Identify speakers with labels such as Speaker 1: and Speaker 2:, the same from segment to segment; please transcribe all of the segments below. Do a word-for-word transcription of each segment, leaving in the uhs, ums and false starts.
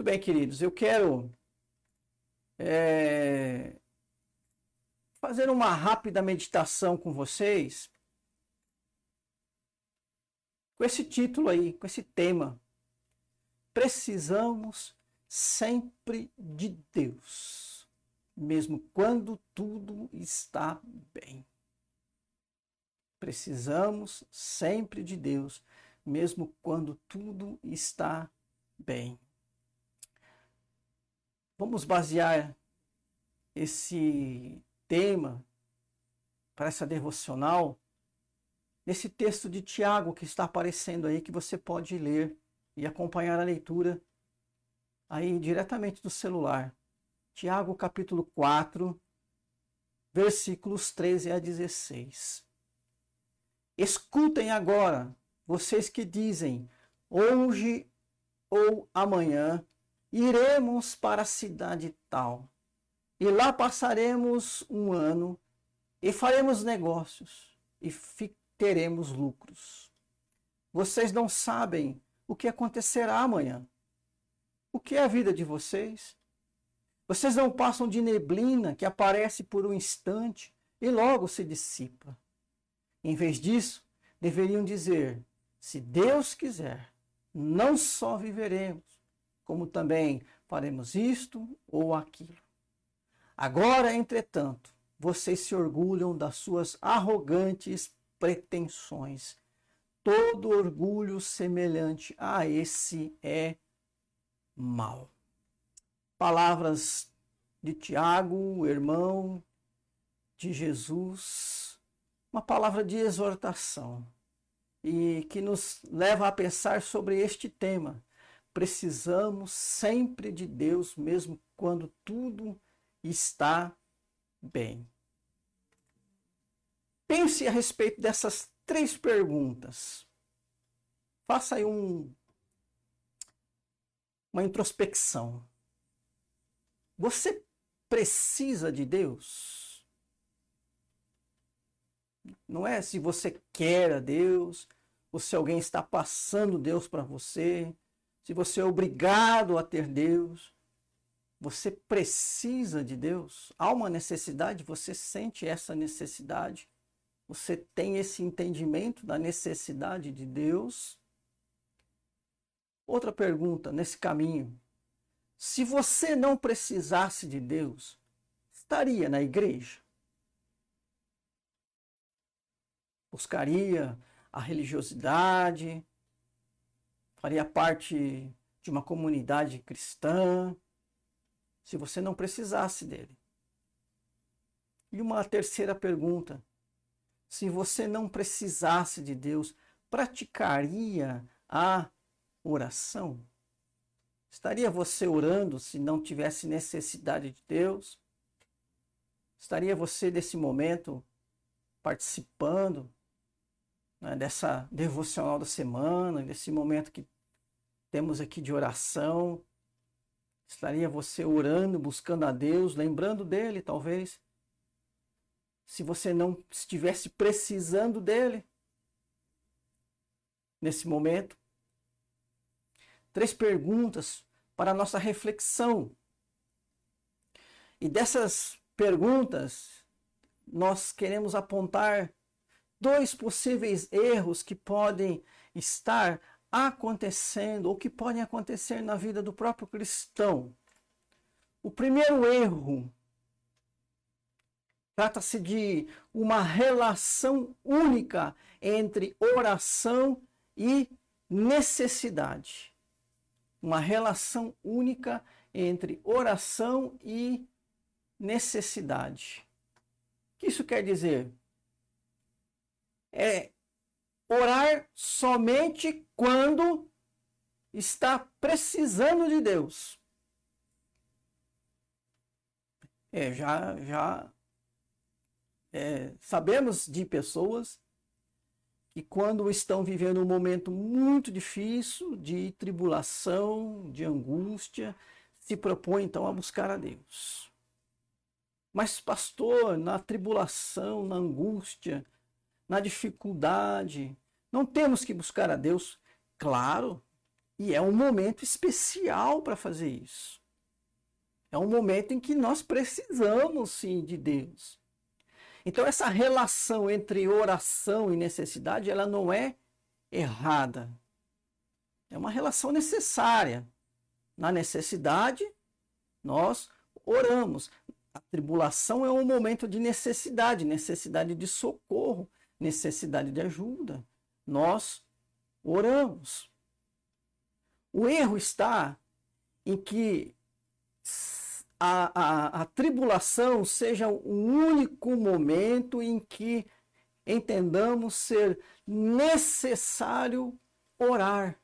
Speaker 1: Muito bem, queridos, eu quero é, fazer uma rápida meditação com vocês com esse título aí, com esse tema. Precisamos sempre de Deus, mesmo quando tudo está bem. Precisamos sempre de Deus, mesmo quando tudo está bem. Vamos basear esse tema para essa devocional nesse texto de Tiago que está aparecendo aí, que você pode ler e acompanhar a leitura aí diretamente do celular. Tiago capítulo quatro, versículos treze a dezesseis. Escutem agora, vocês que dizem, hoje ou amanhã iremos para a cidade tal, e lá passaremos um ano, e faremos negócios, e teremos lucros. Vocês não sabem o que acontecerá amanhã. O que é a vida de vocês? Vocês não passam de neblina que aparece por um instante e logo se dissipa. Em vez disso, deveriam dizer, se Deus quiser, não só viveremos, como também faremos isto ou aquilo. Agora, entretanto, vocês se orgulham das suas arrogantes pretensões. Todo orgulho semelhante a esse é mau. Palavras de Tiago, irmão de Jesus, uma palavra de exortação e que nos leva a pensar sobre este tema. Precisamos sempre de Deus, mesmo quando tudo está bem. Pense a respeito dessas três perguntas. Faça aí um, uma introspecção. Você precisa de Deus? Não é se você quer a Deus, ou se alguém está passando Deus para você, se você é obrigado a ter Deus. Você precisa de Deus? Há uma necessidade? Você sente essa necessidade? Você tem esse entendimento da necessidade de Deus? Outra pergunta nesse caminho. Se você não precisasse de Deus, estaria na igreja? Buscaria a religiosidade? Faria parte de uma comunidade cristã? Se você não precisasse dele. E uma terceira pergunta. Se você não precisasse de Deus, praticaria a oração? Estaria você orando se não tivesse necessidade de Deus? Estaria você, nesse momento, participando, né, dessa devocional da semana, desse momento que temos aqui de oração? Estaria você orando, buscando a Deus, lembrando dele, talvez? Se você não estivesse precisando dele nesse momento? Três perguntas para a nossa reflexão. E dessas perguntas, nós queremos apontar dois possíveis erros que podem estar acontecendo ou que podem acontecer na vida do próprio cristão. O primeiro erro trata-se de uma relação única entre oração e necessidade. Uma relação única entre oração e necessidade. O que isso quer dizer? É orar somente quando está precisando de Deus. É, já, já é, sabemos de pessoas que quando estão vivendo um momento muito difícil, de tribulação, de angústia, se propõem então a buscar a Deus. Mas, pastor, na tribulação, na angústia, na dificuldade, não temos que buscar a Deus? Claro, E é um momento especial para fazer isso. É um momento em que nós precisamos, sim, de Deus. Então, essa relação entre oração e necessidade, ela não é errada. É uma relação necessária. Na necessidade, nós oramos. A tribulação é um momento de necessidade, necessidade de socorro, necessidade de ajuda. Nós oramos. O erro está em que a, a, a tribulação seja o único momento em que entendamos ser necessário orar.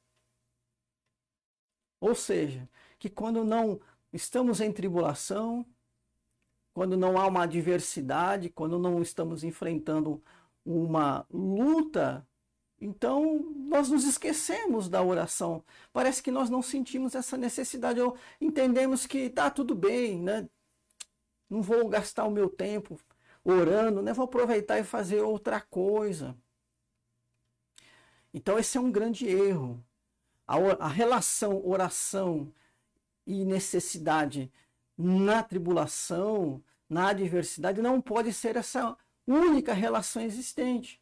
Speaker 1: Ou seja, que quando não estamos em tribulação, quando não há uma adversidade, quando não estamos enfrentando uma luta, então nós nos esquecemos da oração. Parece que nós não sentimos essa necessidade, ou entendemos que está tudo bem, né? Não vou gastar o meu tempo orando, né? Vou aproveitar e fazer outra coisa. Então esse é um grande erro. A, a relação oração e necessidade na tribulação, na adversidade, não pode ser essa única relação existente.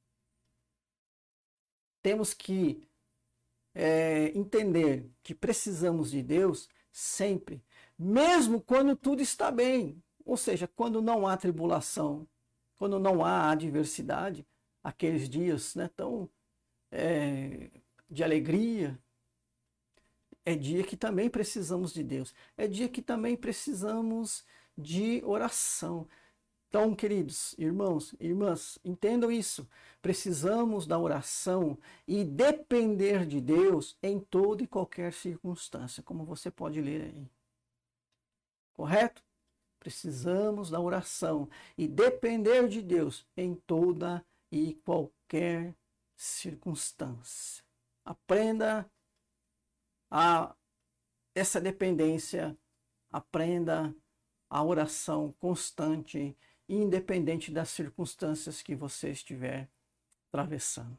Speaker 1: Temos que é, entender que precisamos de Deus sempre, mesmo quando tudo está bem. Ou seja, quando não há tribulação, quando não há adversidade, aqueles dias, né, tão é, de alegria, é dia que também precisamos de Deus. É dia que também precisamos de oração. Então, queridos irmãos, irmãs, entendam isso. Precisamos da oração e depender de Deus em toda e qualquer circunstância, como você pode ler aí. Correto? Precisamos da oração e depender de Deus em toda e qualquer circunstância. Aprenda a essa dependência, aprenda a oração constante, independente das circunstâncias que você estiver atravessando.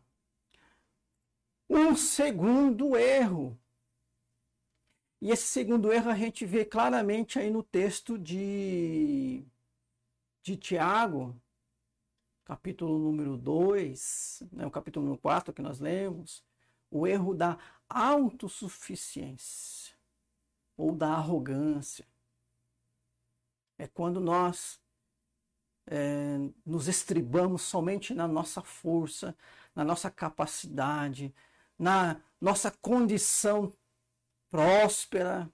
Speaker 1: Um segundo erro. E esse segundo erro a gente vê claramente aí no texto de, de Tiago, capítulo número dois, né, o capítulo número quatro que nós lemos, o erro da autossuficiência ou da arrogância. É quando nós é, nos estribamos somente na nossa força, na nossa capacidade, na nossa condição próspera.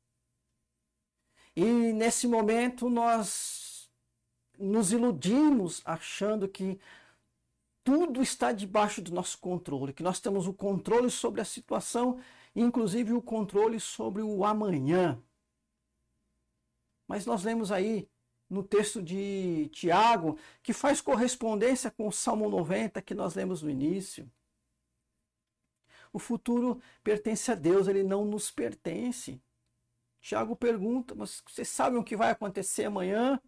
Speaker 1: E nesse momento nós nos iludimos achando que tudo está debaixo do nosso controle, que nós temos o controle sobre a situação, inclusive o controle sobre o amanhã. Mas nós lemos aí no texto de Tiago, que faz correspondência com o Salmo noventa que nós lemos no início. O futuro pertence a Deus, ele não nos pertence. Tiago pergunta, mas vocês sabem o que vai acontecer amanhã?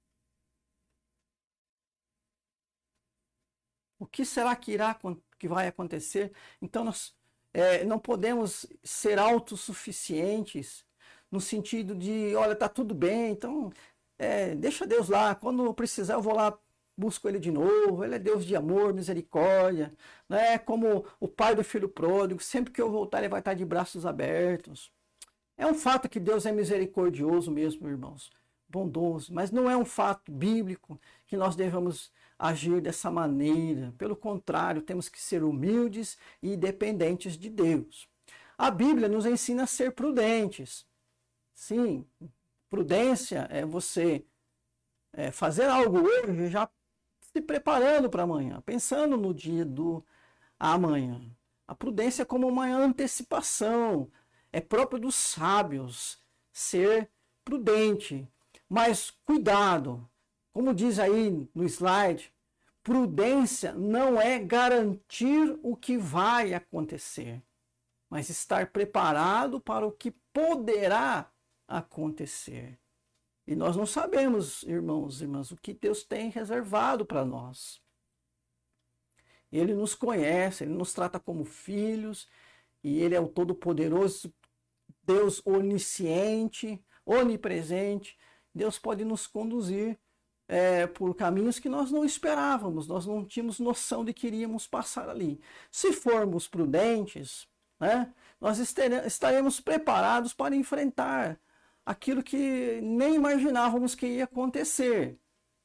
Speaker 1: O que será que irá que vai acontecer? Então nós é, não podemos ser autossuficientes no sentido de, olha, tá tudo bem, então é, deixa Deus lá, quando eu precisar eu vou lá, busco Ele de novo, Ele é Deus de amor, misericórdia, né? Como o pai do filho pródigo, sempre que eu voltar Ele vai estar de braços abertos. É um fato que Deus é misericordioso mesmo, irmãos, bondoso, mas não é um fato bíblico que nós devamos agir dessa maneira. Pelo contrário, temos que ser humildes e dependentes de Deus. A Bíblia nos ensina a ser prudentes. Sim, prudência é você é, fazer algo hoje já se preparando para amanhã, pensando no dia do amanhã. A prudência é como uma antecipação, é próprio dos sábios ser prudente. Mas cuidado, como diz aí no slide, prudência não é garantir o que vai acontecer, mas estar preparado para o que poderá acontecer. E nós não sabemos, irmãos e irmãs, o que Deus tem reservado para nós. Ele nos conhece, Ele nos trata como filhos, e Ele é o Todo-Poderoso, Deus onisciente, onipresente. Deus pode nos conduzir é, por caminhos que nós não esperávamos, nós não tínhamos noção de que iríamos passar ali. Se formos prudentes, né, nós estaremos preparados para enfrentar aquilo que nem imaginávamos que ia acontecer.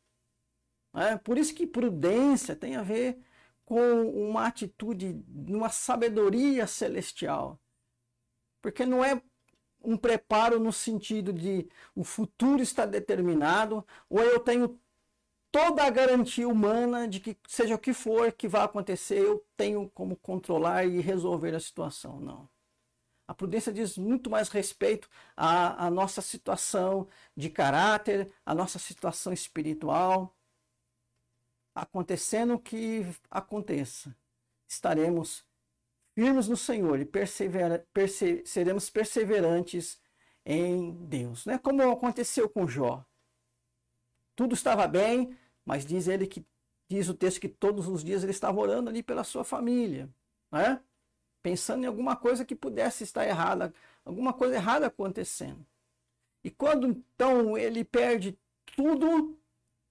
Speaker 1: É, por isso que prudência tem a ver com uma atitude, uma sabedoria celestial. Porque não é um preparo no sentido de o futuro está determinado, ou eu tenho toda a garantia humana de que seja o que for que vai acontecer, eu tenho como controlar e resolver a situação. Não. A prudência diz muito mais respeito à, à nossa situação de caráter, à nossa situação espiritual. Acontecendo o que aconteça, estaremos firmes no Senhor e persevera, perse, seremos perseverantes em Deus. Né? Como aconteceu com Jó. Tudo estava bem, mas diz ele que diz o texto que todos os dias ele estava orando ali pela sua família, né? Pensando em alguma coisa que pudesse estar errada, alguma coisa errada acontecendo. E quando então ele perde tudo,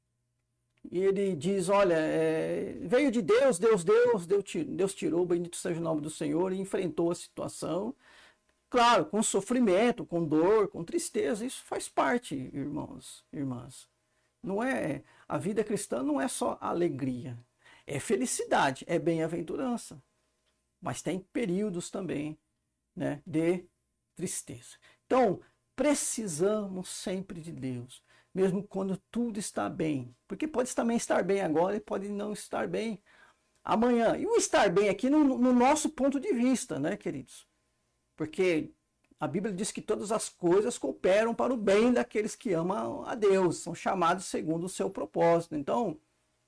Speaker 1: e ele diz, olha, é, veio de Deus, Deus, Deus, Deus tirou, bendito seja o nome do Senhor, e enfrentou a situação. Claro, com sofrimento, com dor, com tristeza, isso faz parte, irmãos, irmãs. Não é, a vida cristã não é só alegria, é felicidade, é bem-aventurança. Mas tem períodos também, né, de tristeza. Então, precisamos sempre de Deus. Mesmo quando tudo está bem. Porque pode também estar bem agora e pode não estar bem amanhã. E o estar bem aqui no, no nosso ponto de vista, né, queridos? Porque a Bíblia diz que todas as coisas cooperam para o bem daqueles que amam a Deus, são chamados segundo o seu propósito. Então,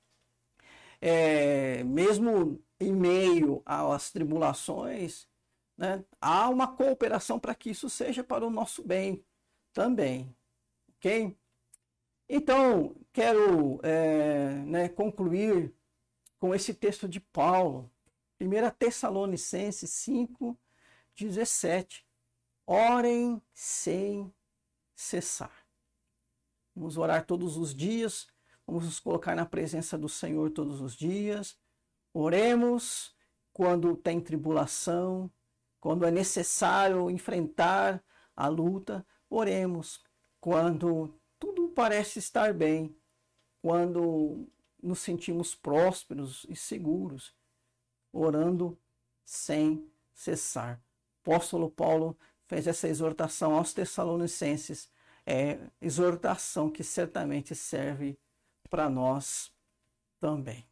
Speaker 1: é, mesmo em meio às tribulações, né, há uma cooperação para que isso seja para o nosso bem também. Ok? Então, quero é, né, concluir com esse texto de Paulo, primeira Tessalonicenses cinco, dezessete. Orem sem cessar. Vamos orar todos os dias, vamos nos colocar na presença do Senhor todos os dias. Oremos quando tem tribulação, quando é necessário enfrentar a luta. Oremos quando tudo parece estar bem, quando nos sentimos prósperos e seguros, orando sem cessar. O apóstolo Paulo fez essa exortação aos Tessalonicenses, é exortação que certamente serve para nós também.